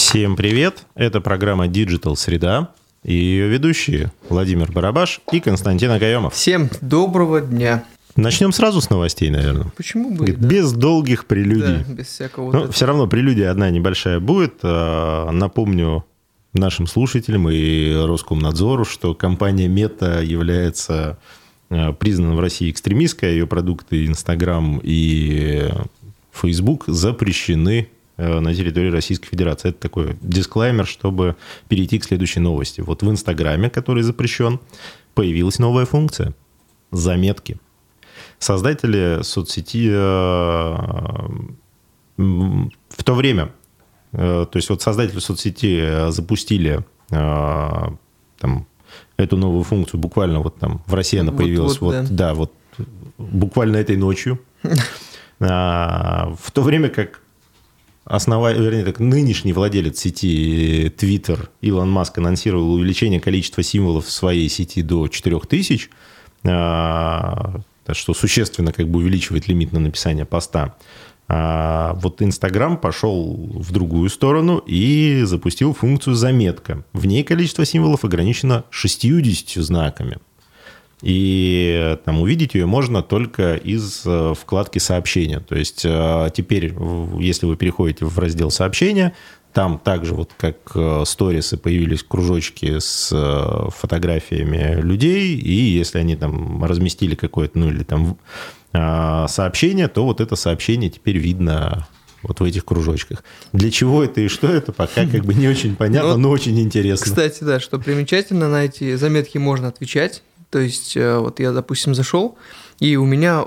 Всем привет! Это программа Digital Среда и ее ведущие Владимир Барабаш и Константин Акаемов. Всем доброго дня! Начнем сразу с новостей, наверное. Почему бы? Без долгих прелюдий. Да, без всякого. Но все равно прелюдия одна небольшая будет. Напомню нашим слушателям и Роскомнадзору, что компания Meta является признана в России экстремистской. Ее продукты Instagram и Facebook запрещены на территории Российской Федерации. Это такой дисклеймер, чтобы перейти к следующей новости. Вот в Инстаграме, который запрещен, появилась новая функция – заметки. Создатели соцсети в то время, то есть вот создатели соцсети запустили там эту новую функцию буквально вот там в России она появилась буквально этой ночью. В то время как нынешний владелец сети Twitter Илон Маск анонсировал увеличение количества символов в своей сети до 4000, что существенно как бы увеличивает лимит на написание поста. Вот Instagram пошел в другую сторону и запустил функцию «Заметка». В ней количество символов ограничено 60 знаками. И там увидеть ее можно только из вкладки «Сообщения». То есть теперь, если вы переходите в раздел «Сообщения», там также, вот как сторисы, появились кружочки с фотографиями людей, и если они там разместили какое-то, или там сообщение, то вот это сообщение теперь видно вот в этих кружочках. Для чего это и что это, пока как бы не очень понятно, но очень интересно. Кстати, да, что примечательно, на эти заметки можно отвечать. То есть вот я, допустим, зашел, и у меня,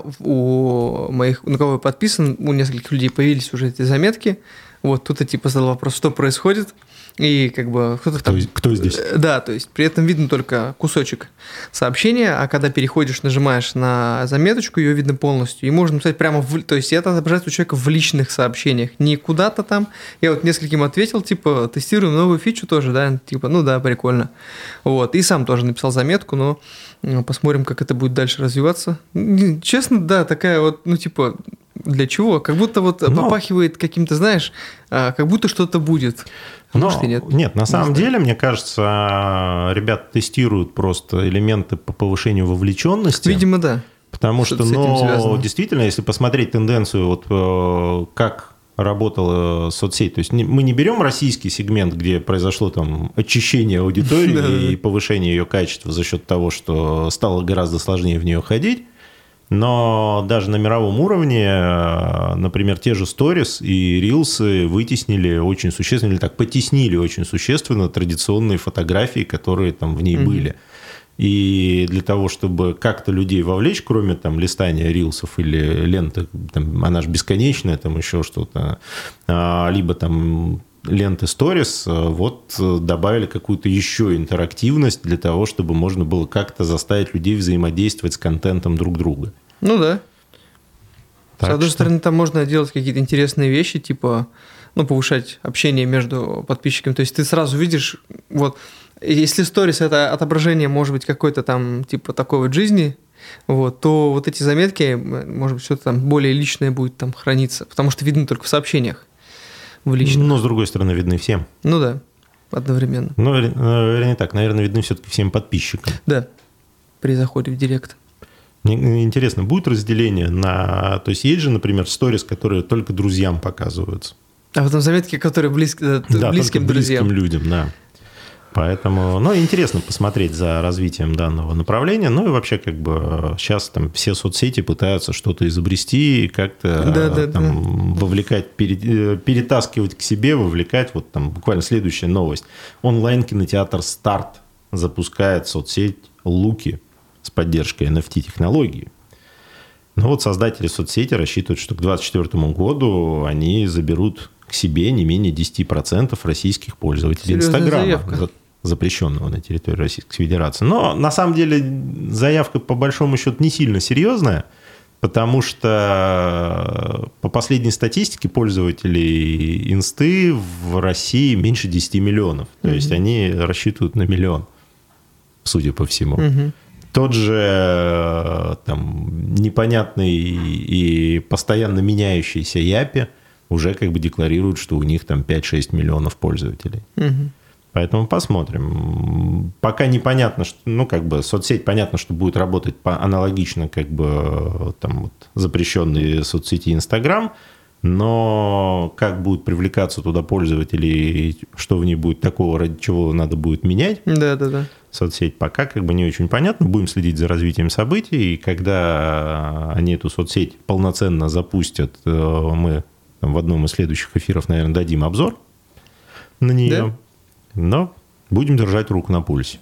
у моих, на кого я подписан, у нескольких людей появились уже эти заметки. Вот кто-то типа задал вопрос, что происходит, и как бы кто-то там... Кто здесь? Да, то есть при этом видно только кусочек сообщения, а когда переходишь, нажимаешь на заметочку, ее видно полностью, и можно написать прямо то есть это отображается у человека в личных сообщениях, не куда-то там. Я вот нескольким ответил, типа, тестируем новую фичу тоже, да, типа, ну да, прикольно. Вот, и сам тоже написал заметку, но посмотрим, как это будет дальше развиваться. Честно, да, такая вот, ну типа... Для чего? Как будто вот попахивает каким-то, знаешь, как будто что-то будет. Может, и нет. Нет, на самом деле, мне кажется, ребята тестируют просто элементы по повышению вовлеченности. Видимо, да. Потому что, действительно, если посмотреть тенденцию, вот как работала соцсеть, то есть мы не берем российский сегмент, где произошло там очищение аудитории и повышение ее качества за счет того, что стало гораздо сложнее в нее ходить. Но даже на мировом уровне, например, те же сторис и рилсы вытеснили очень существенно, или так потеснили очень существенно традиционные фотографии, которые там в ней были. И для того, чтобы как-то людей вовлечь, кроме там листания рилсов или ленты, там, она же бесконечная, там еще что-то, либо там ленты сторис, вот добавили какую-то еще интерактивность для того, чтобы можно было как-то заставить людей взаимодействовать с контентом друг друга. Ну да. С одной стороны, там можно делать какие-то интересные вещи, типа, повышать общение между подписчиками. То есть ты сразу видишь, вот, если сторис – это отображение, может быть, какой-то там, типа, такой вот жизни, вот, то вот эти заметки, может быть, что-то там более личное будет там храниться, потому что видно только в сообщениях. Но, с другой стороны, видны всем. Ну да, одновременно. Ну, вернее так, наверное, видны все-таки всем подписчикам. Да, при заходе в директ. Мне интересно, будет разделение на... То есть есть же, например, сторис, которые только друзьям показываются. А потом заметки, которые близким друзьям. Близким людям, да. Поэтому, интересно посмотреть за развитием данного направления. Ну и вообще, как бы сейчас там все соцсети пытаются что-то изобрести, как-то вовлекать, перетаскивать к себе, вовлекать. Вот там буквально следующая новость. Онлайн-кинотеатр «Старт» запускает соцсеть «Луки» с поддержкой NFT-технологии. Но вот создатели соцсети рассчитывают, что к 2024 году они заберут к себе не менее 10% российских пользователей Инстаграма, запрещенного на территории Российской Федерации. Но на самом деле заявка по большому счету не сильно серьезная, потому что по последней статистике пользователей Инсты в России меньше 10 миллионов. То есть они рассчитывают на миллион, судя по всему. Тот же там непонятный и постоянно меняющийся Япи уже как бы декларируют, что у них там 5-6 миллионов пользователей. Угу. Поэтому посмотрим. Пока непонятно, что, ну, как бы соцсеть, понятно, что будет работать аналогично как бы там вот запрещенные соцсети Инстаграм, но как будут привлекаться туда пользователи, что в ней будет такого, ради чего надо будет менять соцсеть, пока как бы не очень понятно. Будем следить за развитием событий, и когда они эту соцсеть полноценно запустят, мы в одном из следующих эфиров, наверное, дадим обзор на нее. Да? Но будем держать руку на пульсе.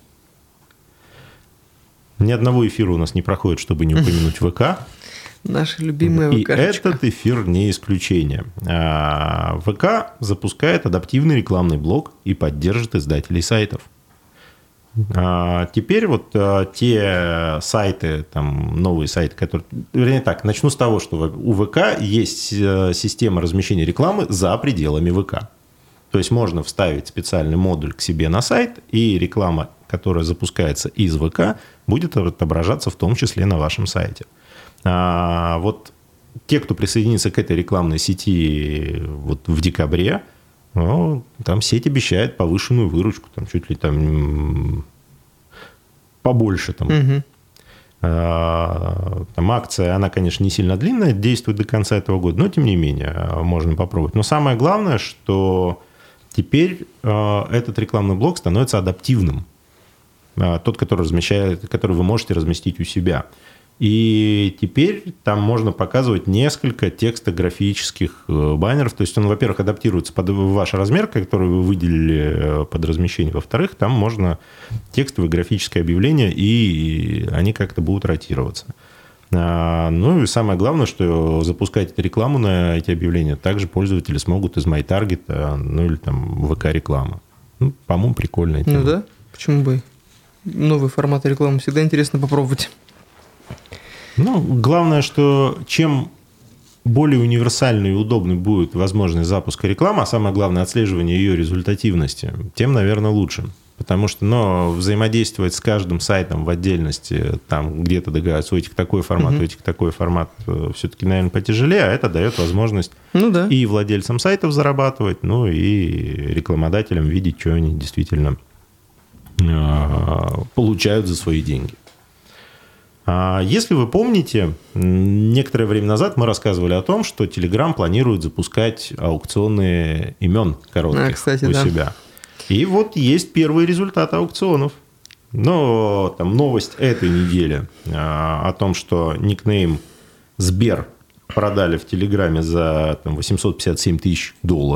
Ни одного эфира у нас не проходит, чтобы не упомянуть ВК. Наша любимая ВК-шечка. И этот эфир не исключение. ВК запускает адаптивный рекламный блок и поддержит издателей сайтов. Теперь вот те сайты, там, новые сайты, которые... Вернее так, начну с того, что у ВК есть система размещения рекламы за пределами ВК. То есть можно вставить специальный модуль к себе на сайт, и реклама, которая запускается из ВК, будет отображаться в том числе на вашем сайте. Вот те, кто присоединится к этой рекламной сети вот в декабре, ну, там сеть обещает повышенную выручку, там чуть ли там побольше. Там. Угу. Там акция, она, конечно, не сильно длинная, действует до конца этого года, но тем не менее можно попробовать. Но самое главное, что теперь этот рекламный блок становится адаптивным. Тот, который вы можете разместить у себя. И теперь там можно показывать несколько текстографических баннеров. То есть он, во-первых, адаптируется под ваш размер, который вы выделили под размещение. Во-вторых, там можно текстовое графическое объявление, и они как-то будут ротироваться. Ну и самое главное, что запускать эту рекламу на эти объявления также пользователи смогут из MyTarget, ну или там ВК-реклама. Ну, по-моему, прикольная тема. Ну да, почему бы? Новый формат рекламы всегда интересно попробовать. Ну, главное, что чем более универсальной и удобной будет возможность запуска рекламы, а самое главное, отслеживание ее результативности, тем, наверное, лучше. Потому что взаимодействовать с каждым сайтом в отдельности, там где-то договариваться, у этих такой формат, у этих такой формат, все-таки, наверное, потяжелее, а это дает возможность и владельцам сайтов зарабатывать, ну и рекламодателям видеть, что они действительно получают за свои деньги. Если вы помните, некоторое время назад мы рассказывали о том, что Telegram планирует запускать аукционы имен коротких у себя. И вот есть первые результаты аукционов. Но там новость этой недели о том, что никнейм Сбер продали в Телеграме за $857 тысяч.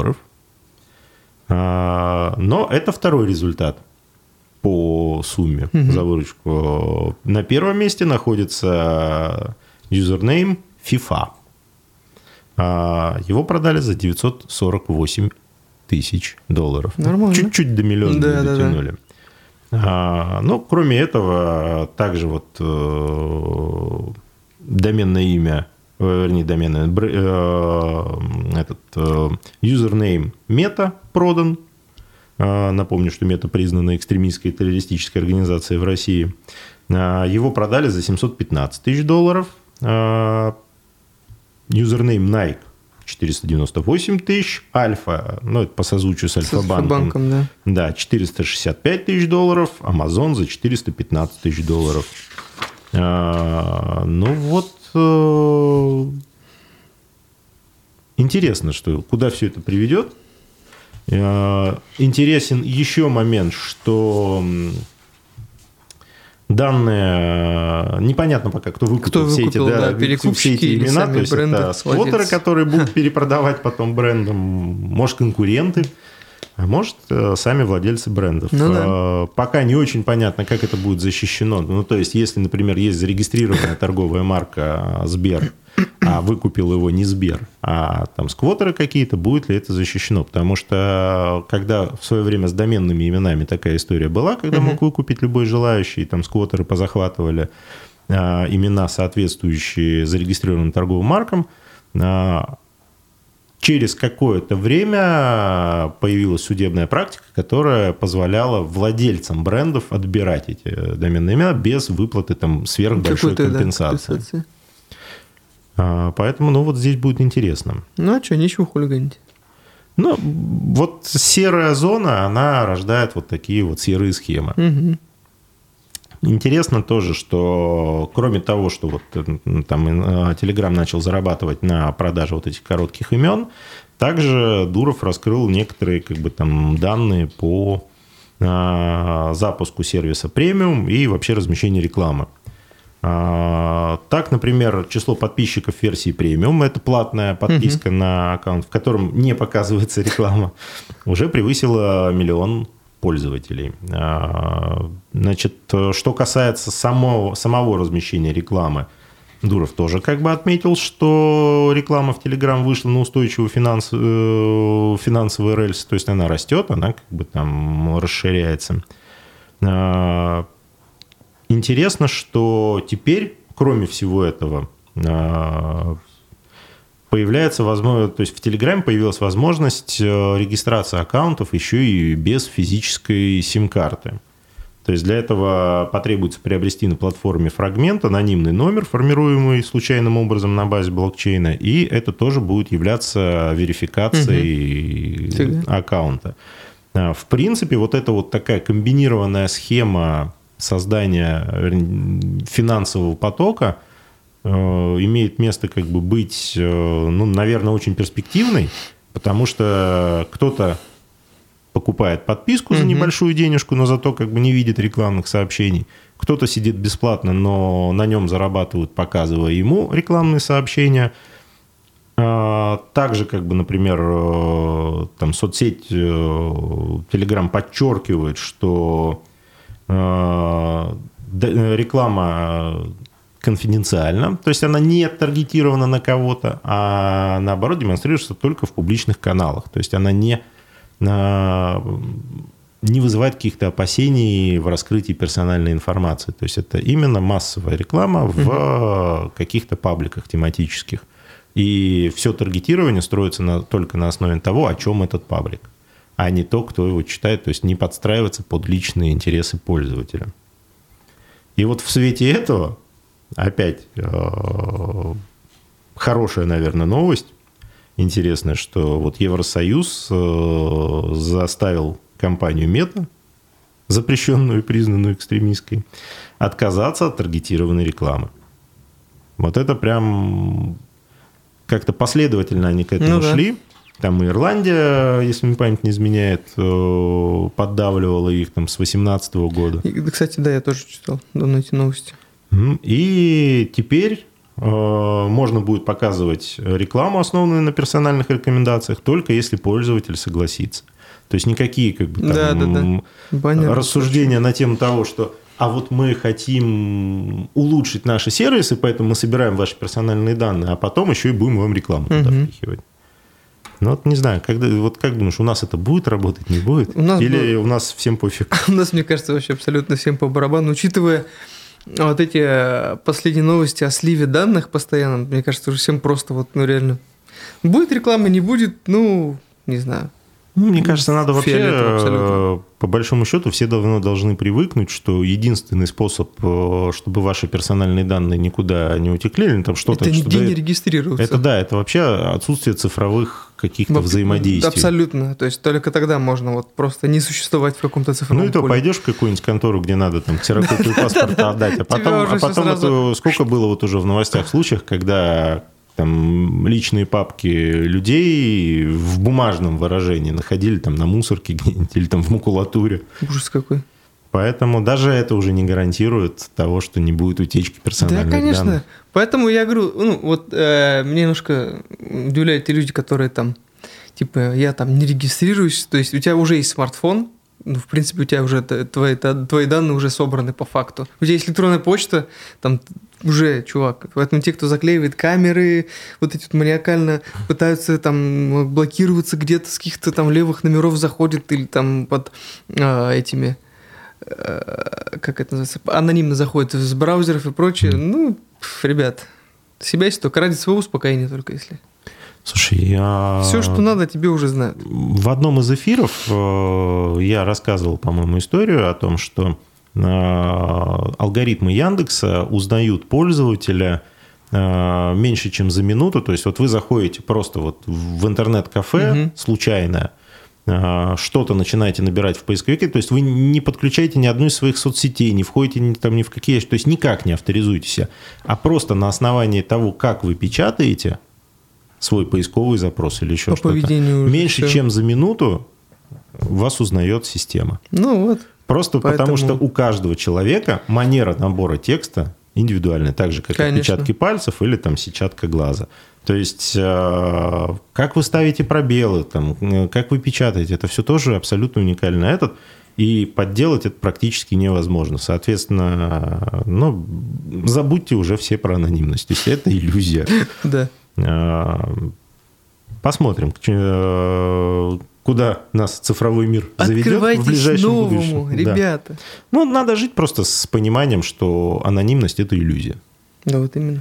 Но это второй результат по сумме за выручку. На первом месте находится юзернейм FIFA. Его продали за $948 тысяч. Нормально. Чуть-чуть до миллиона дотянули. Но кроме этого, также вот доменное имя, вернее, юзернейм Meta продан. Напомню, что Мета признана экстремистской террористической организацией в России. Его продали за $715 тысяч. Юзернейм Nike 498 тысяч. Альфа, это по созвучию с Альфа-банком. Да, $465 тысяч. Amazon за $415 тысяч. Интересно, куда все это приведет. Интересен еще момент, что данные... Непонятно пока, кто выкупил все эти имена. То есть это сквотеры, которые будут перепродавать потом брендам. Может, конкуренты, а может, сами владельцы брендов. Пока не очень понятно, как это будет защищено. То есть, если, например, есть зарегистрированная торговая марка Сбер, а выкупил его не Сбер, а там сквотеры какие-то, будет ли это защищено? Потому что когда в свое время с доменными именами такая история была, когда мог выкупить любой желающий, там сквотеры позахватывали имена, соответствующие зарегистрированным торговым маркам, через какое-то время появилась судебная практика, которая позволяла владельцам брендов отбирать эти доменные имена без выплаты сверхбольшой компенсации. Поэтому, ну, вот здесь будет интересно. Ну, а что, нечего хулиганить. Ну, вот серая зона, она рождает вот такие вот серые схемы. Угу. Интересно тоже, что кроме того, что вот там Telegram начал зарабатывать на продаже вот этих коротких имен, также Дуров раскрыл некоторые как бы там данные по запуску сервиса премиум и вообще размещению рекламы. Так, например, число подписчиков версии премиум, это платная подписка на аккаунт, в котором не показывается реклама, уже превысило 1 миллион пользователей. Значит, что касается самого размещения рекламы, Дуров тоже как бы отметил, что реклама в Telegram вышла на устойчивую финансовую рельс, то есть она растет, она как бы там расширяется. Интересно, что теперь, кроме всего этого, появляется возможность, то есть в Telegram появилась возможность регистрации аккаунтов еще и без физической сим-карты. То есть для этого потребуется приобрести на платформе фрагмент, анонимный номер, формируемый случайным образом на базе блокчейна, и это тоже будет являться верификацией аккаунта. В принципе, вот эта вот такая комбинированная схема создания финансового потока имеет место как бы быть, ну, наверное, очень перспективной, потому что кто-то покупает подписку за небольшую денежку, но зато как бы не видит рекламных сообщений. Кто-то сидит бесплатно, но на нем зарабатывают, показывая ему рекламные сообщения. Также, как бы, например, там соцсеть Telegram подчеркивает, что реклама конфиденциальна, то есть она не таргетирована на кого-то, а наоборот демонстрируется только в публичных каналах. То есть она не вызывает каких-то опасений в раскрытии персональной информации. То есть это именно массовая реклама в каких-то пабликах тематических. И все таргетирование строится только на основе того, о чем этот паблик, а не то, кто его читает, то есть не подстраиваться под личные интересы пользователя. И вот в свете этого, опять хорошая, наверное, новость. Интересно, что вот Евросоюз заставил компанию Мета, запрещенную и признанную экстремистской, отказаться от таргетированной рекламы. Вот это прям как-то последовательно они к этому шли. Там и Ирландия, если мне память не изменяет, поддавливала их там с 2018 года. Кстати, да, я тоже читал давно эти новости. И теперь можно будет показывать рекламу, основанную на персональных рекомендациях, только если пользователь согласится. То есть никакие как бы, там, рассуждения на тему того, что а вот мы хотим улучшить наши сервисы, поэтому мы собираем ваши персональные данные, а потом еще и будем вам рекламу туда впихивать. Ну, вот не знаю, вот как думаешь, у нас это будет работать, не будет? Или у нас всем пофиг? У нас, мне кажется, вообще абсолютно всем по барабану. Учитывая вот эти последние новости о сливе данных постоянно, мне кажется, уже всем просто вот, ну, реально. Будет реклама, не будет, ну, не знаю. Ну, мне кажется, надо вообще, по большому счету, все давно должны привыкнуть, что единственный способ, чтобы ваши персональные данные никуда не утекли, или там что-то... Это нигде не регистрируется. Это да, это вообще отсутствие цифровых каких-то взаимодействий. Абсолютно. То есть только тогда можно вот просто не существовать в каком-то цифровом поле. Ну и то пойдешь в какую-нибудь контору, где надо там ксерокопию паспорта отдать, а потом это сколько было вот уже в новостях случаях, когда там личные папки людей в бумажном выражении находили там на мусорке где-нибудь или там в макулатуре. Ужас какой. Поэтому даже это уже не гарантирует того, что не будет утечки персональных данных. Да, конечно. Поэтому я говорю, ну вот мне немножко удивляют те люди, которые там, типа, я там не регистрируюсь, то есть у тебя уже есть смартфон, ну, в принципе, у тебя уже твои данные уже собраны по факту. У тебя есть электронная почта, там уже, чувак. Поэтому те, кто заклеивает камеры, вот эти вот маниакально пытаются там блокироваться где-то с каких-то там левых номеров заходят или там под этими, как это называется, анонимно заходят с браузеров и прочее. Ну, ребят, себя есть только ради своего успокоения только если... Слушай, все, что надо, тебе уже знают. В одном из эфиров я рассказывал, по-моему, историю о том, что алгоритмы Яндекса узнают пользователя меньше, чем за минуту. То есть вот вы заходите просто вот в интернет-кафе случайно, что-то начинаете набирать в поисковике, то есть вы не подключаете ни одну из своих соцсетей, не входите там ни в какие, то есть никак не авторизуете себя, а просто на основании того, как вы печатаете свой поисковый запрос или еще что-то, меньше, чем за минуту вас узнает система. Ну вот. Просто потому что у каждого человека манера набора текста индивидуальная, так же, как отпечатки пальцев или там сетчатка глаза. То есть, как вы ставите пробелы, там, как вы печатаете, это все тоже абсолютно уникально. И подделать это практически невозможно. Соответственно, забудьте уже все про анонимность. То есть, это иллюзия. Да. Посмотрим, куда нас цифровой мир заведет в ближайшем будущем. Ребята. Да. Надо жить просто с пониманием, что анонимность – это иллюзия. Да, вот именно.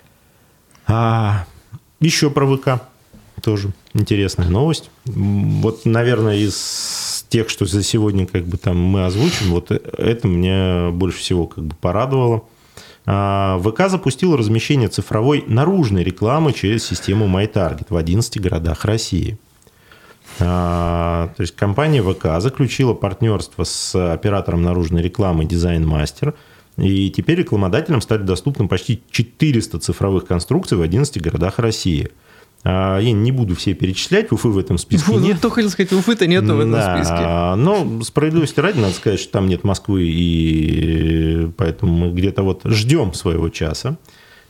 Еще про ВК тоже интересная новость. Вот, наверное, из тех, что за сегодня мы озвучим, вот это меня больше всего порадовало. ВК запустил размещение цифровой наружной рекламы через систему MyTarget в 11 городах России. То есть компания ВК заключила партнерство с оператором наружной рекламы Design Master, и теперь рекламодателям стали доступны почти 400 цифровых конструкций в 11 городах России. Я не буду все перечислять, Уфы в этом списке нет. Кто хотел сказать, Уфы-то нету в этом списке. Но справедливости ради надо сказать, что там нет Москвы, и поэтому мы где-то ждем своего часа.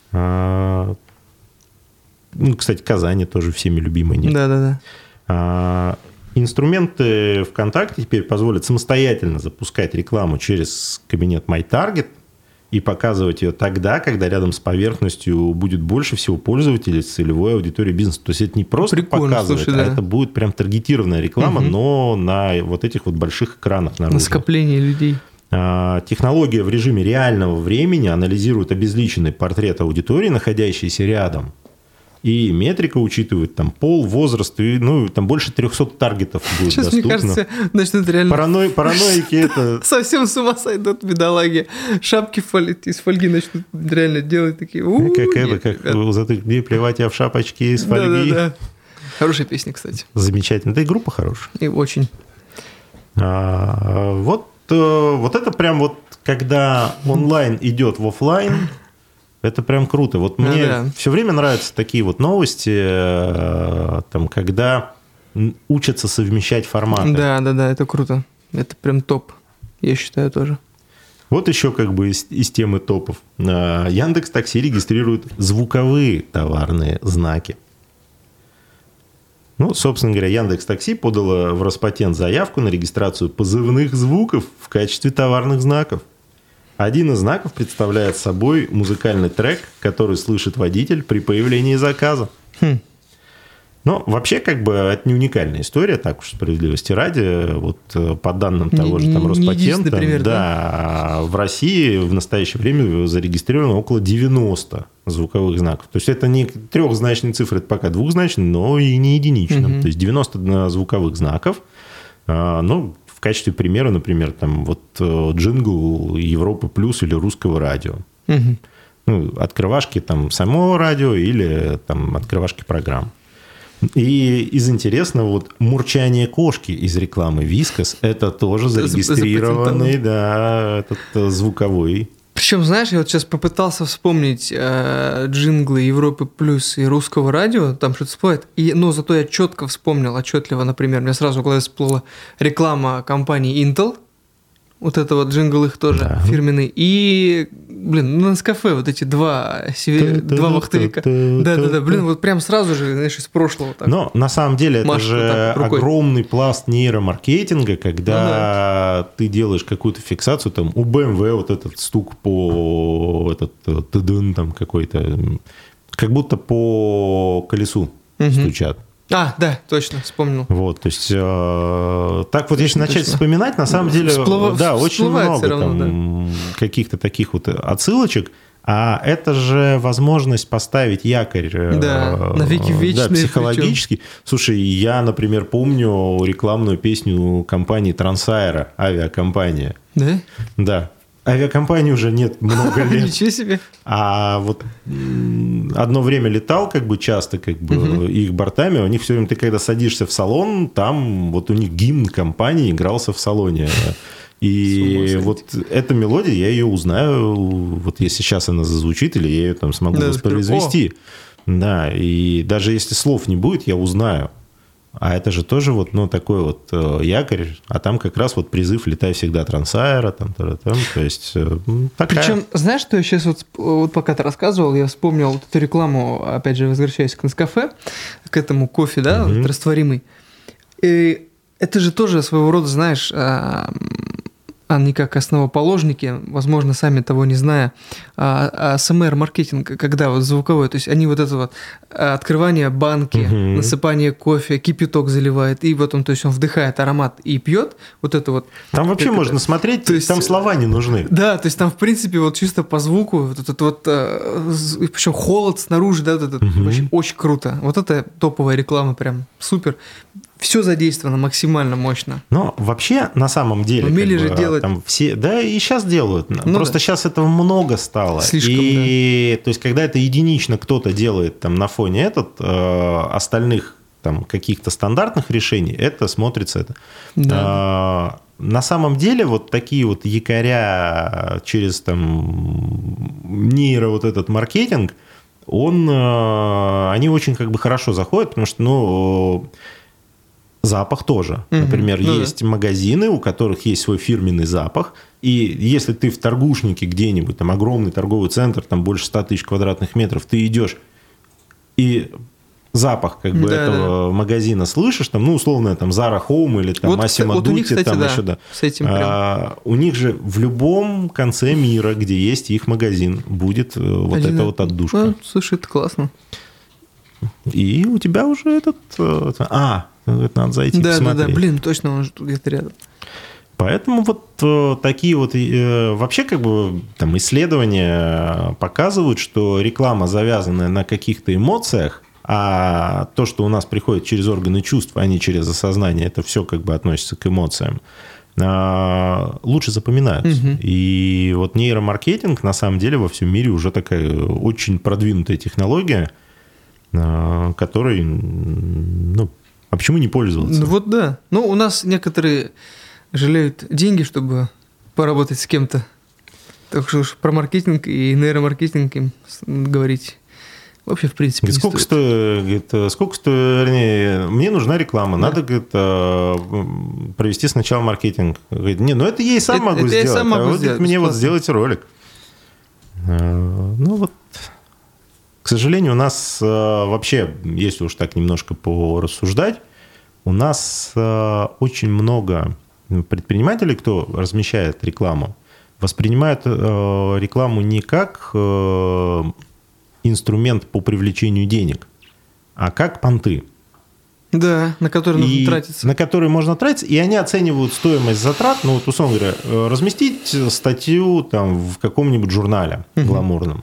Кстати, Казани тоже всеми любимый нет. Да. Инструменты ВКонтакте теперь позволят самостоятельно запускать рекламу через кабинет MyTarget и показывать ее тогда, когда рядом с поверхностью будет больше всего пользователей с целевой аудиторией бизнеса. То есть это не просто показывать, это будет прям таргетированная реклама, но на вот этих больших экранах наружу. На скопление людей. Технология в режиме реального времени анализирует обезличенный портрет аудитории, находящийся рядом. И метрика учитывает пол, возраст, и там больше 300 таргетов будет сейчас, доступно. Мне кажется, начнут реально... Параноики это... Совсем с ума сойдут, бедолаги. Шапки из фольги начнут реально делать такие... Как зато где плевать я в шапочке из фольги. Да. Хорошая песня, кстати. Замечательно. Да и группа хорошая. И очень. Вот это прям когда онлайн идет в офлайн... Это прям круто. Вот мне все время нравятся такие новости, когда учатся совмещать форматы. Да, это круто. Это прям топ, я считаю тоже. Вот еще из темы топов. Яндекс.Такси регистрирует звуковые товарные знаки. Собственно говоря, Яндекс.Такси подала в Роспатент заявку на регистрацию позывных звуков в качестве товарных знаков. Один из знаков представляет собой музыкальный трек, который слышит водитель при появлении заказа. Но вообще, это не уникальная история, так уж справедливости ради. Вот по данным того же Роспатента, пример, да, в России в настоящее время зарегистрировано около 90 звуковых знаков. То есть это не трехзначные цифры, это пока двухзначные, но и не единичные. То есть 90 звуковых знаков. В качестве примера, например, джингл Европы Плюс или Русского радио. Открывашки самого радио или открывашки программ. И из интересного, мурчание кошки из рекламы Вискас, это тоже зарегистрированный, этот звуковой. Причем, знаешь, я сейчас попытался вспомнить джинглы Европы Плюс и Русского радио, там что-то всплывает, но зато я четко вспомнил, отчетливо, например, мне сразу в голове всплыла реклама компании Intel, вот это джингл их тоже фирменный, и, на Нескафе эти два вахтовика. Да, прям сразу же, знаешь, из прошлого. Но на самом деле это же огромный пласт нейромаркетинга, когда ты делаешь какую-то фиксацию, у BMW этот стук по какой-то, как будто по колесу стучат. Да, точно, вспомнил. То есть, так если начать вспоминать, на самом деле, очень много каких-то таких отсылочек, а это же возможность поставить якорь навеки вечные, психологически. Причем. Слушай, я, например, помню рекламную песню компании Трансаэро, авиакомпания. Да? Да. авиакомпании уже нет много лет. Ничего себе. А вот одно время летал как бы часто как бы их бортами, у них все время ты когда садишься в салон, там вот у них гимн компании игрался в салоне. И вот эта мелодия, я ее узнаю, вот если сейчас она зазвучит, или я ее там смогу воспроизвести. Да, и даже если слов не будет, я узнаю. А это же тоже вот, ну, такой вот якорь, а там как раз вот призыв «Летай всегда Трансаэро», там, то есть такая... Причем, знаешь, что я сейчас вот пока ты рассказывал, я вспомнил вот эту рекламу, опять же, возвращаясь к Нескафе, к этому кофе, да, вот, растворимый. И это же тоже своего рода, знаешь, они как основоположники, возможно, сами того не зная, АСМР-маркетинг, когда вот звуковой, то есть они вот это вот открывание банки, насыпание кофе, кипяток заливает, и вот он, то есть он вдыхает аромат и пьет, вот это вот. Там вообще можно смотреть, то есть, там слова не нужны. Да, то есть там, в принципе, вот чисто по звуку, вот этот вот, причем холод снаружи, да, вот это вообще очень круто. Вот это топовая реклама, прям супер. Все задействовано максимально мощно. Но вообще, на самом деле... Умели же делать. Там все, да, и сейчас делают. Ну, просто да. Сейчас этого много стало. Слишком, и, да. То есть, когда это единично кто-то делает там, на фоне остальных там, каких-то стандартных решений, это смотрится... Да. На самом деле, вот такие вот якоря через там, нейро вот этот маркетинг, они очень как бы хорошо заходят, потому что, ну... Запах тоже. Например, есть магазины, у которых есть свой фирменный запах. И если ты в торгушнике где-нибудь, там огромный торговый центр, там больше 100 тысяч квадратных метров, ты идешь и запах как бы этого магазина слышишь, там, ну, условно, там, Zara Home или там Massimo Dutti, там еще, да. С этим у них же в любом конце мира, где есть их магазин, будет вот эта вот отдушка. Ну, слушай, это классно. И у тебя уже этот... надо зайти посмотреть. Да, блин, точно, он же тут где-то рядом. Поэтому вот такие вот... Вообще, как бы, там исследования показывают, что реклама, завязанная на каких-то эмоциях, а то, что у нас приходит через органы чувств, а не через осознание, это все как бы относится к эмоциям, лучше запоминаются. И вот нейромаркетинг, на самом деле, во всем мире уже такая очень продвинутая технология, которой, ну, а почему не пользоваться? Ну вот да. Ну, у нас некоторые жалеют деньги, чтобы поработать с кем-то. Так что уж про маркетинг и нейромаркетинг им говорить вообще в принципе говорит, не стоит. Сколько стоит, вернее, мне нужна реклама, надо, говорит, провести сначала маркетинг. Говорит, не, ну это я и сам могу сделать. Я сам могу сделать. Мне вот сделайте ролик. Ну вот... К сожалению, у нас вообще, если уж так немножко порассуждать, у нас очень много предпринимателей, кто размещает рекламу, воспринимают рекламу не как инструмент по привлечению денег, а как понты. Да, на которые нужно тратиться. На которые можно тратиться, и они оценивают стоимость затрат, ну, вот, условно говоря, разместить статью там, в каком-нибудь журнале гламурном.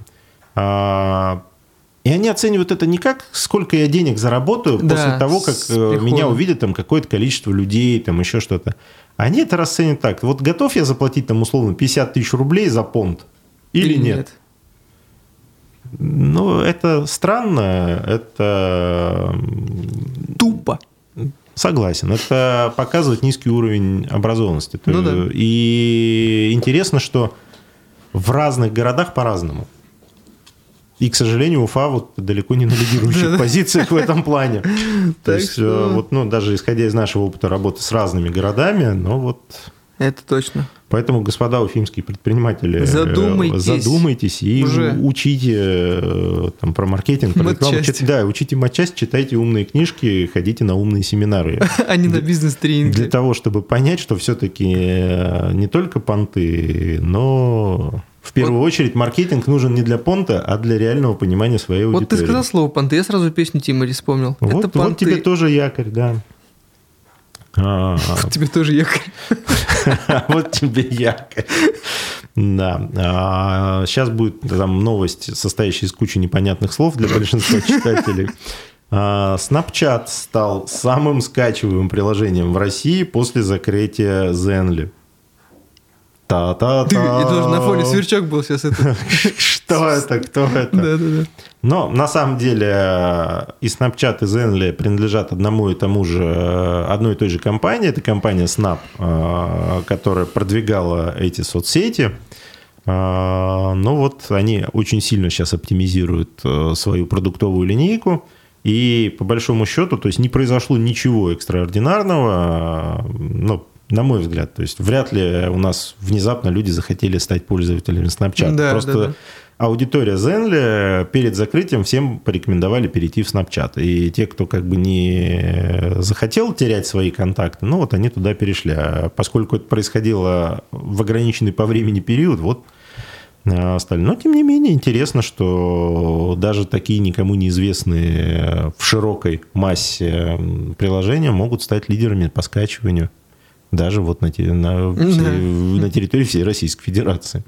И они оценивают это не как, сколько я денег заработаю после того, как меня увидит там какое-то количество людей, там еще что-то. Они это расценивают так. Вот готов я заплатить там условно 50 тысяч рублей за понт или нет? Ну, это странно, это... Тупо. Согласен. Это показывает низкий уровень образованности. Ну, да. И интересно, что в разных городах по-разному. И, к сожалению, Уфа вот далеко не на лидирующих позициях в этом плане. То есть, вот, ну, даже исходя из нашего опыта работы с разными городами, но вот... Это точно. Поэтому, господа уфимские предприниматели, задумайтесь и уже учите там, про маркетинг, про рекламу. Да, учите матчасть, читайте умные книжки, ходите на умные семинары. А не на бизнес-тренинги. Для того, чтобы понять, что все-таки не только понты, но... В первую очередь, маркетинг нужен не для понта, а для реального понимания своей аудитории. Вот ты сказал слово «понты», я сразу песню Тимати вспомнил. Вот, это вот тебе тоже якорь, да. Вот тебе тоже якорь. Вот тебе якорь. Да. Сейчас будет там новость, состоящая из кучи непонятных слов для большинства читателей. Snapchat стал самым скачиваемым приложением в России после закрытия Zenly. Та-та-та. И тоже на фоне сверчок был сейчас это. Что это? Кто это? Да. Но на самом деле и Snapchat, и Zenly принадлежат одной и той же компании. Это компания Snap, которая продвигала эти соцсети. Но вот они очень сильно сейчас оптимизируют свою продуктовую линейку. И по большому счету, то есть не произошло ничего экстраординарного, ну, на мой взгляд. То есть вряд ли у нас внезапно люди захотели стать пользователями Snapchat. Да, просто аудитория Zenly перед закрытием всем порекомендовали перейти в Snapchat. И те, кто как бы не захотел терять свои контакты, ну вот они туда перешли. А поскольку это происходило в ограниченный по времени период, вот стали. Но, тем не менее, интересно, что даже такие никому неизвестные в широкой массе приложения могут стать лидерами по скачиванию даже вот на территории всей Российской Федерации.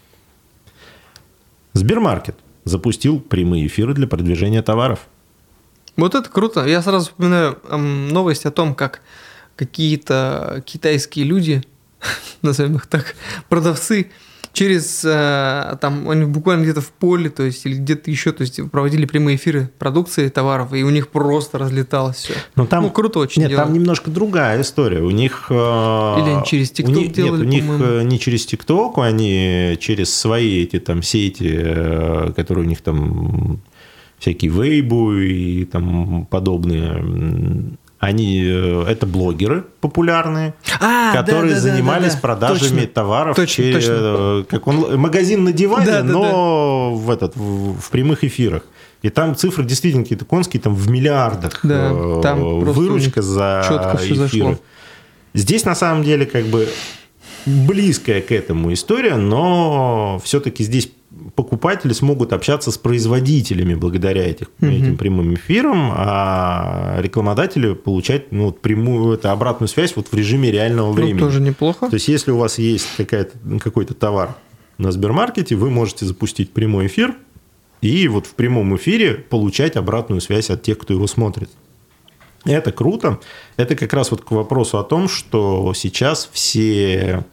Сбермаркет запустил прямые эфиры для продвижения товаров. Вот это круто. Я сразу вспоминаю новость о том, как какие-то китайские люди, назовем их так, продавцы, через, там, они буквально где-то в поле, то есть, или где-то еще, то есть, проводили прямые эфиры продукции, товаров, и у них просто разлеталось все. Но там, круто очень. Нет, там немножко другая история. У них... Или они через ТикТок делали, нет, у них не через ТикТок, они через свои эти там сети, которые у них там всякие Weibo и там подобные... Это блогеры популярные, которые занимались продажами товаров через как магазин на диване, но в прямых эфирах. И там цифры действительно какие-то конские, там в миллиардах там выручка за эфиры. Здесь на самом деле как бы близкая к этому история, но все-таки здесь покупатели смогут общаться с производителями благодаря этим прямым эфирам, а рекламодатели получать прямую обратную связь в режиме реального времени. Тоже неплохо. То есть, если у вас есть какой-то товар на Сбермаркете, вы можете запустить прямой эфир и в прямом эфире получать обратную связь от тех, кто его смотрит. Это круто. Это как раз к вопросу о том, что сейчас все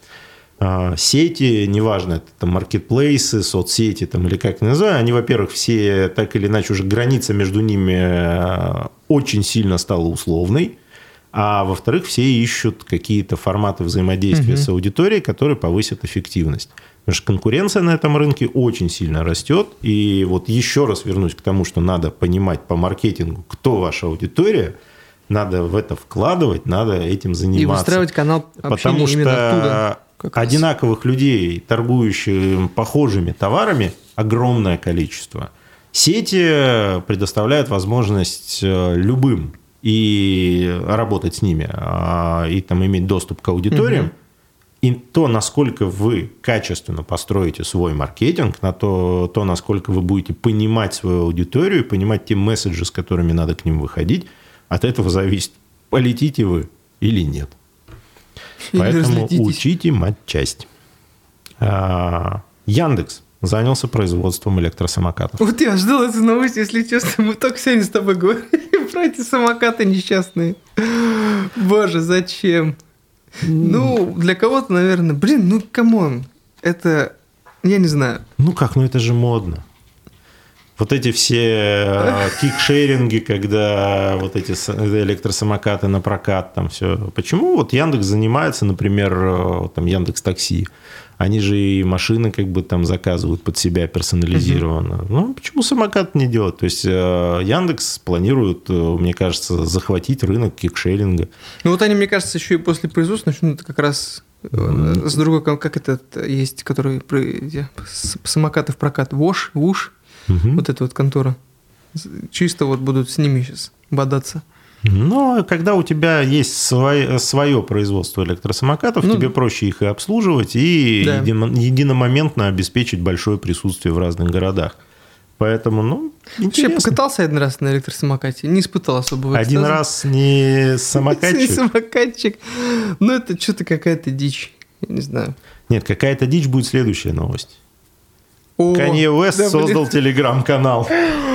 сети, неважно, это там маркетплейсы, соцсети там, или как называю, они, во-первых, все так или иначе уже граница между ними очень сильно стала условной, а во-вторых, все ищут какие-то форматы взаимодействия с аудиторией, которые повысят эффективность. Потому что конкуренция на этом рынке очень сильно растет. И еще раз вернусь к тому, что надо понимать по маркетингу, кто ваша аудитория, надо в это вкладывать, надо этим заниматься. И выстраивать канал общения именно оттуда. Одинаковых людей, торгующих похожими товарами, огромное количество. Сети предоставляют возможность любым и работать с ними, и там иметь доступ к аудиториям. И то, насколько вы качественно построите свой маркетинг, на то, насколько вы будете понимать свою аудиторию, понимать те месседжи, с которыми надо к ним выходить, от этого зависит, полетите вы или нет. Поэтому учите матчасть. Яндекс занялся производством электросамокатов. Вот я ждал эту новость, если честно. Мы только сегодня с тобой говорили про эти самокаты несчастные. Боже, зачем? Для кого-то, наверное, камон. Это, я не знаю. Это же модно. Вот эти все кикшеринги, когда эти электросамокаты на прокат, там все. Почему Яндекс занимается, например, там Яндекс.Такси? Они же и машины там заказывают под себя персонализированно. Почему самокат не делать? То есть Яндекс планирует, мне кажется, захватить рынок кикшеринга. Они, мне кажется, еще и после производства начнут как раз с другой, как этот есть, который самокаты в прокат. Wush. Вот эта контора. Чисто будут с ними сейчас бодаться. Но когда у тебя есть свое производство электросамокатов, тебе проще их и обслуживать, и единомоментно обеспечить большое присутствие в разных городах. Поэтому, интересно. Я покатался один раз на электросамокате, не испытал особого экстаза. Один раз не самокатчик? Не самокатчик. Это что-то какая-то дичь. Я не знаю. Нет, какая-то дичь будет следующая новость. Канье Уэст создал телеграм-канал.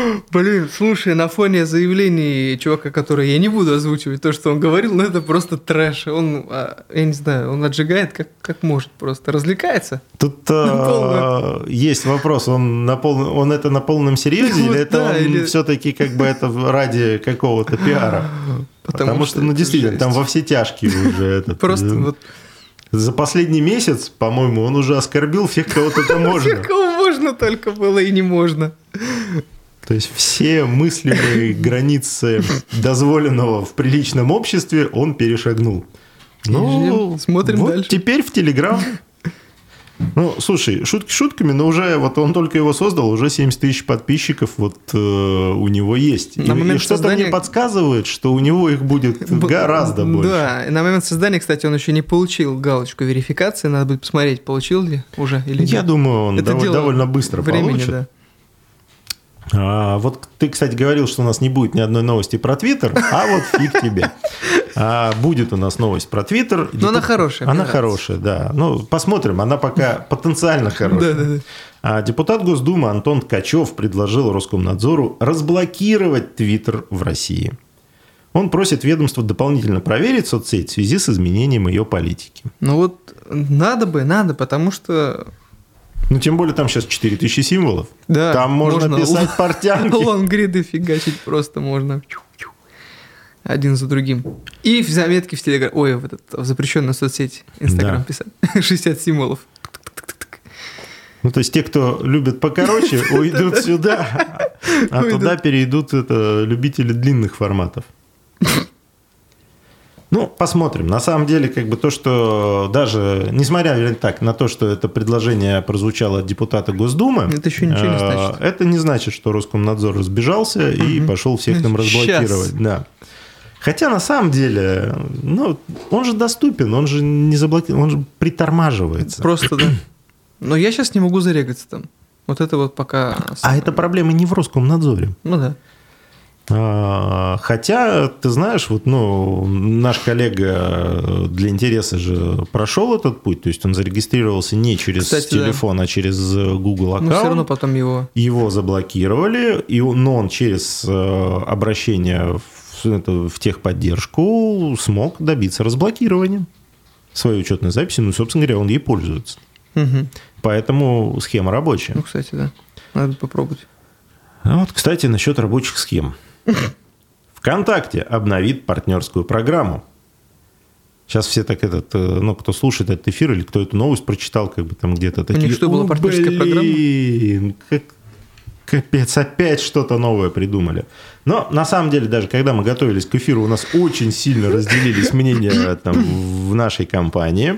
Блин, слушай, на фоне заявлений чувака, который я не буду озвучивать то, что он говорил, но это просто трэш. Он, я не знаю, он отжигает как может просто. Развлекается. Тут есть вопрос, он это на полном серьезе, или это он все-таки как бы это ради какого-то пиара? Потому что, действительно, там во все тяжкие уже этот... Просто вот... За последний месяц, по-моему, он уже оскорбил всех, кого только можно. Всех, кого можно, только было и не можно. То есть все мыслимые границы дозволенного в приличном обществе он перешагнул. Ну, смотрим вот дальше. Теперь в Телеграм. Ну, слушай, шутки шутками, но уже вот он только его создал, уже 70 тысяч подписчиков вот у него есть. И что-то мне подсказывает, что у него их будет гораздо больше. Да, на момент создания, кстати, он еще не получил галочку верификации, надо будет посмотреть, получил ли уже или нет. Я думаю, он довольно быстро получит. Да. Вот ты, кстати, говорил, что у нас не будет ни одной новости про Твиттер, а вот фиг тебе. Будет у нас новость про Твиттер. Но она хорошая. Она хорошая, да. Ну, посмотрим, она пока потенциально хорошая. Да. Депутат Госдумы Антон Ткачев предложил Роскомнадзору разблокировать Твиттер в России. Он просит ведомство дополнительно проверить соцсеть в связи с изменением ее политики. Ну вот надо, потому что... Ну, тем более, там сейчас 4000 символов. Да, там можно писать портянки. Лонгриды фигачить просто можно. Один за другим. И в заметке в Телеграм. Ой, в запрещенную соцсеть Инстаграм писать. 60 символов. Ну, то есть, те, кто любит покороче, уйдут сюда, а туда перейдут любители длинных форматов. Ну, посмотрим. На самом деле, как бы то, что даже, несмотря на то, что это предложение прозвучало от депутата Госдумы, это еще ничего не значит. Это не значит, что Роскомнадзор разбежался и пошел всех там разблокировать. Да. Хотя, на самом деле, он же доступен, он же не заблокирован, он же притормаживается. Просто, да. Но я сейчас не могу зарегаться там. Вот это вот пока... А это проблема не в Роскомнадзоре. Ну да. Хотя, ты знаешь, наш коллега для интереса же прошел этот путь, то есть он зарегистрировался не через телефон, а через Google аккаунт. Но все равно потом его заблокировали, но он через обращение в техподдержку смог добиться разблокирования своей учетной записи, собственно говоря, он ей пользуется. Угу. Поэтому схема рабочая. Кстати, да, надо попробовать. Кстати, насчет рабочих схем. ВКонтакте обновит партнерскую программу. Сейчас все так кто слушает этот эфир или кто эту новость прочитал, как бы там где-то такие... У них что, была партнерская программа? Капец, опять что-то новое придумали. Но на самом деле, даже когда мы готовились к эфиру, у нас очень сильно разделились мнения в нашей компании.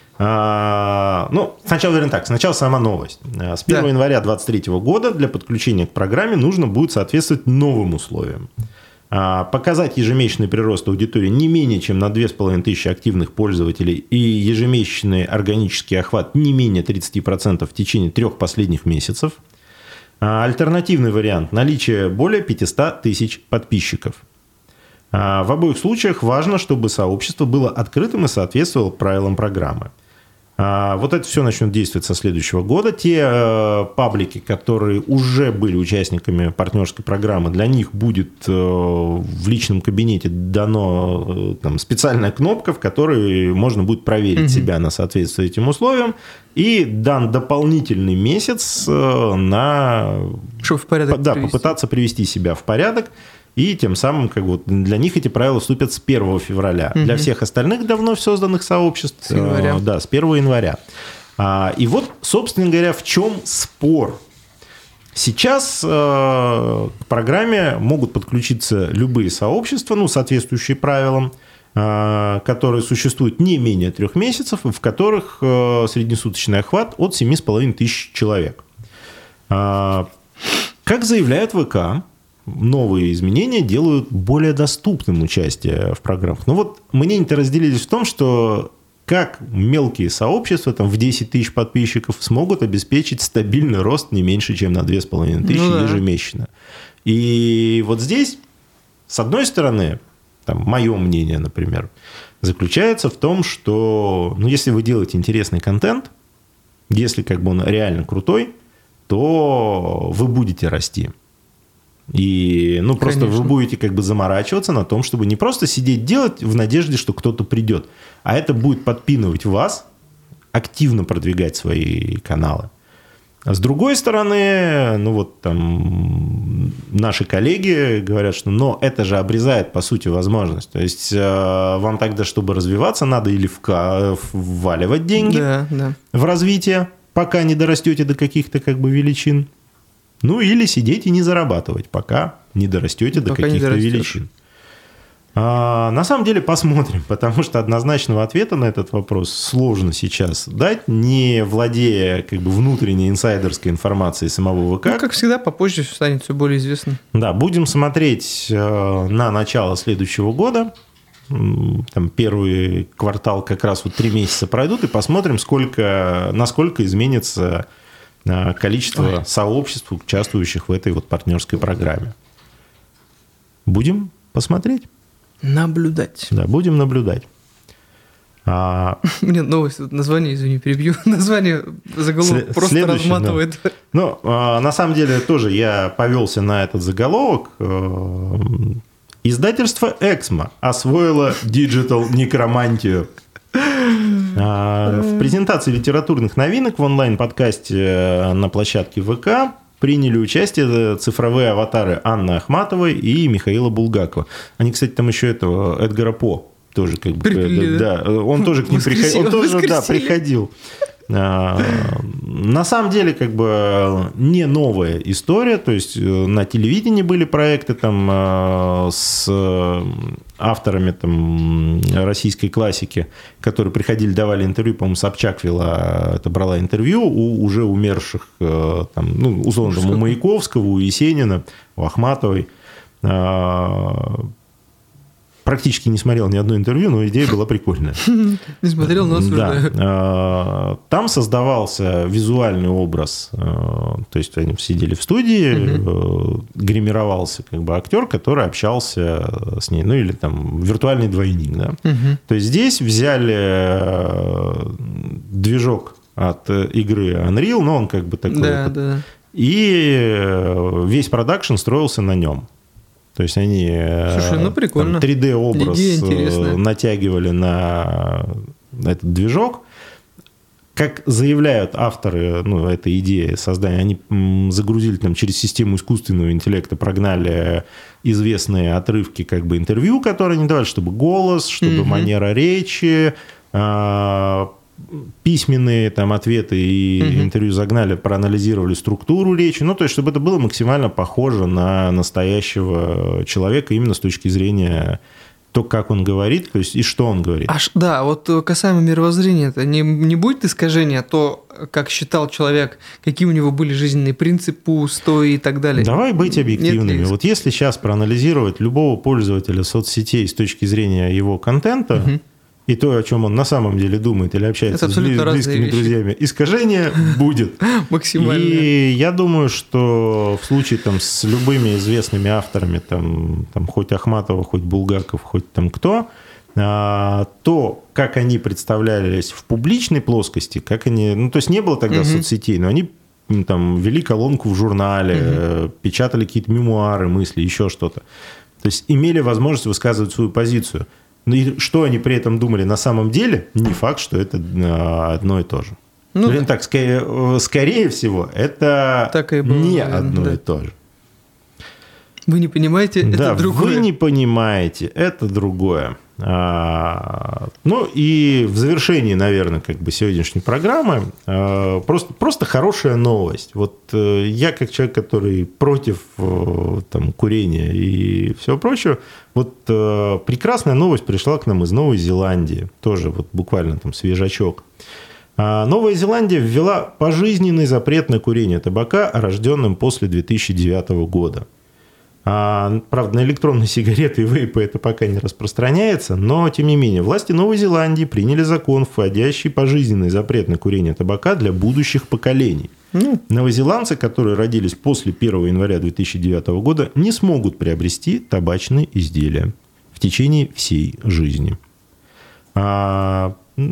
Сначала, вернее так, сначала сама новость. С 1 января 2023 года для подключения к программе нужно будет соответствовать новым условиям. Показать ежемесячный прирост аудитории не менее чем на 2500 активных пользователей и ежемесячный органический охват не менее 30% в течение 3 последних месяцев. Альтернативный вариант – наличие более 500 тысяч подписчиков. В обоих случаях важно, чтобы сообщество было открытым и соответствовало правилам программы. Вот это все начнет действовать со следующего года. Те паблики, которые уже были участниками партнерской программы, для них будет в личном кабинете дано специальная кнопка, в которой можно будет проверить себя на соответствие этим условиям. И дан дополнительный месяц на... Чтобы в порядок попытаться привести себя в порядок. И тем самым для них эти правила вступят с 1 февраля. Для всех остальных давно созданных сообществ с 1 января. И вот, собственно говоря, в чем спор. Сейчас к программе могут подключиться любые сообщества, соответствующие правилам, которые существуют не менее 3 месяцев, и в которых среднесуточный охват от 7500 человек. Как заявляет ВК, новые изменения делают более доступным участие в программах. Мнения-то разделились в том, что как мелкие сообщества в 10 тысяч подписчиков смогут обеспечить стабильный рост не меньше, чем на 2500 ежемесячно. И вот здесь, с одной стороны, мое мнение, например, заключается в том, что если вы делаете интересный контент, если он реально крутой, то вы будете расти. И, ну, просто вы будете как бы заморачиваться на том, чтобы не просто сидеть делать в надежде, что кто-то придет, а это будет подпинывать вас, активно продвигать свои каналы. А с другой стороны, ну, вот там наши коллеги говорят, что, но это же обрезает, по сути, возможность. То есть, вам тогда, чтобы развиваться, надо или вваливать деньги в развитие, пока не дорастете до каких-то как бы величин, ну, или сидеть и не зарабатывать, пока не дорастете до каких-то величин. На самом деле посмотрим, потому что однозначного ответа на этот вопрос сложно сейчас дать, не владея как бы внутренней инсайдерской информацией самого ВК. Ну, как всегда, попозже станет все более известно. Да, будем смотреть на начало следующего года. Там первый квартал как раз вот 3 месяца пройдут, и посмотрим, насколько изменится количество сообществ, участвующих в этой вот партнерской программе. Будем посмотреть. Наблюдать. Да, будем наблюдать. Мне новость, название, извини, перебью. Название заголовок просто разматывает. Да. Ну, на самом деле, тоже я повелся на этот заголовок. Издательство «Эксмо» освоило диджитал-некромантию. В презентации литературных новинок в онлайн-подкасте на площадке ВК приняли участие цифровые аватары Анны Ахматовой и Михаила Булгакова. Они, кстати, там еще этого Эдгара По тоже как бы... Да, он тоже к ним приходил. Он тоже, да, приходил. На самом деле, как бы не новая история. То есть на телевидении были проекты там с авторами там российской классики, которые приходили, давали интервью. По-моему, Собчак брала интервью у уже умерших, там, ну, условно, там, у Маяковского, у Есенина, у Ахматовой. Практически не смотрел ни одно интервью, но идея была прикольная. Не смотрел, но осуждаю. Да. Там создавался визуальный образ. То есть они сидели в студии, гримировался как бы актер, который общался с ней. Ну, или там виртуальный двойник. Да? То есть здесь взяли движок от игры Unreal, но он как бы такой. Да. И весь продакшн строился на нем. То есть они 3D-образ натягивали на этот движок. Как заявляют авторы этой идеи создания, они загрузили там через систему искусственного интеллекта, прогнали известные отрывки как бы интервью, которые они давали, чтобы голос, чтобы манера речи, письменные там ответы и интервью загнали, проанализировали структуру речи, ну, то есть, чтобы это было максимально похоже на настоящего человека именно с точки зрения то, как он говорит, то есть, и что он говорит. Да, вот касаемо мировоззрения, это не будет искажения, то, как считал человек, какие у него были жизненные принципы, устои и так далее. Давай быть объективными. Вот если сейчас проанализировать любого пользователя соцсетей с точки зрения его контента, и то, о чем он на самом деле думает или общается с близкими друзьями, искажение будет. Максимально. И я думаю, что в случае там, с любыми известными авторами, там, хоть Ахматова, хоть Булгаков, хоть там кто, то, как они представлялись в публичной плоскости, как они... Ну, то есть не было тогда соцсетей, но они там вели колонку в журнале, печатали какие-то мемуары, мысли, еще что-то. То есть имели возможность высказывать свою позицию. Ну и что они при этом думали на самом деле, не факт, что это одно и то же. Ну, так, скорее всего, это не одно и то же. Вы не понимаете, это другое. Вы не понимаете, это другое. Ну и в завершении, наверное, как бы сегодняшней программы просто хорошая новость. Вот я как человек, который против там, курения и всего прочего, вот прекрасная новость пришла к нам из Новой Зеландии, тоже вот буквально там свежачок. Новая Зеландия ввела пожизненный запрет на курение табака рожденным после 2009 года. Правда, на электронные сигареты и вейпы это пока не распространяется, но, тем не менее, власти Новой Зеландии приняли закон, вводящий пожизненный запрет на курение табака для будущих поколений. Новозеландцы, которые родились после 1 января 2009 года, не смогут приобрести табачные изделия в течение всей жизни.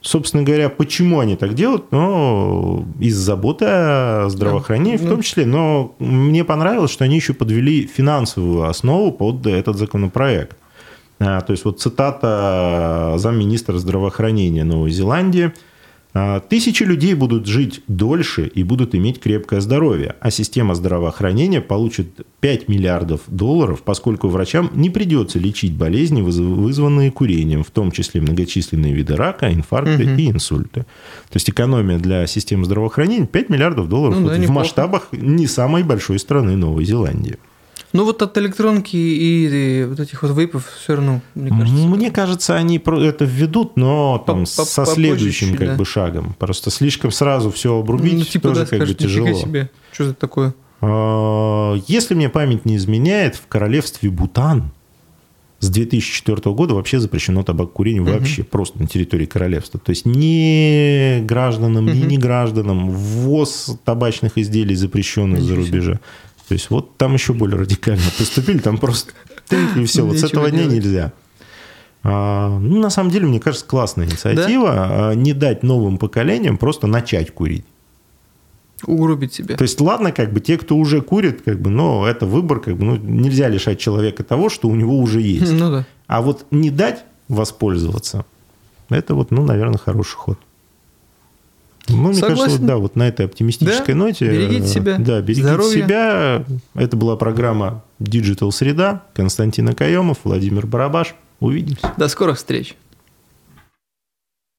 собственно говоря, почему они так делают? Ну, из заботы о здравоохранении в том числе. Но мне понравилось, что они еще подвели финансовую основу под этот законопроект. То есть, вот цитата замминистра здравоохранения Новой Зеландии. «Тысячи людей будут жить дольше и будут иметь крепкое здоровье, а система здравоохранения получит $5 миллиардов, поскольку врачам не придется лечить болезни, вызванные курением, в том числе многочисленные виды рака, инфаркты и инсульты». То есть, экономия для системы здравоохранения $5 миллиардов в масштабах не самой большой страны Новой Зеландии. Ну, вот от электронки и вот этих вот вейпов все равно, мне кажется. Мне кажется, они это введут, но там со следующим как бы шагом. Просто слишком сразу все обрубить, ну, типа, тоже как бы тяжело. Себе. Что это такое? Если мне память не изменяет, в королевстве Бутан с 2004 года вообще запрещено табакокурение вообще, просто на территории королевства. То есть ни гражданам, ни негражданам ввоз табачных изделий запрещен из-за рубежа. То есть, вот там еще более радикально поступили, там просто и все, вот с этого дня нельзя. Ну, на самом деле, мне кажется, классная инициатива, не дать новым поколениям просто начать курить. Угробить себя. То есть, ладно, как бы те, кто уже курит, как бы, но это выбор, как бы, ну, нельзя лишать человека того, что у него уже есть. Ну, да. А вот не дать воспользоваться, это вот, ну, наверное, хороший ход. Ну, мне кажется, вот, да, вот на этой оптимистической ноте. Берегите себя. Да, берегите себя. Это была программа Digital Среда. Константин Акаемов, Владимир Барабаш. Увидимся. До скорых встреч.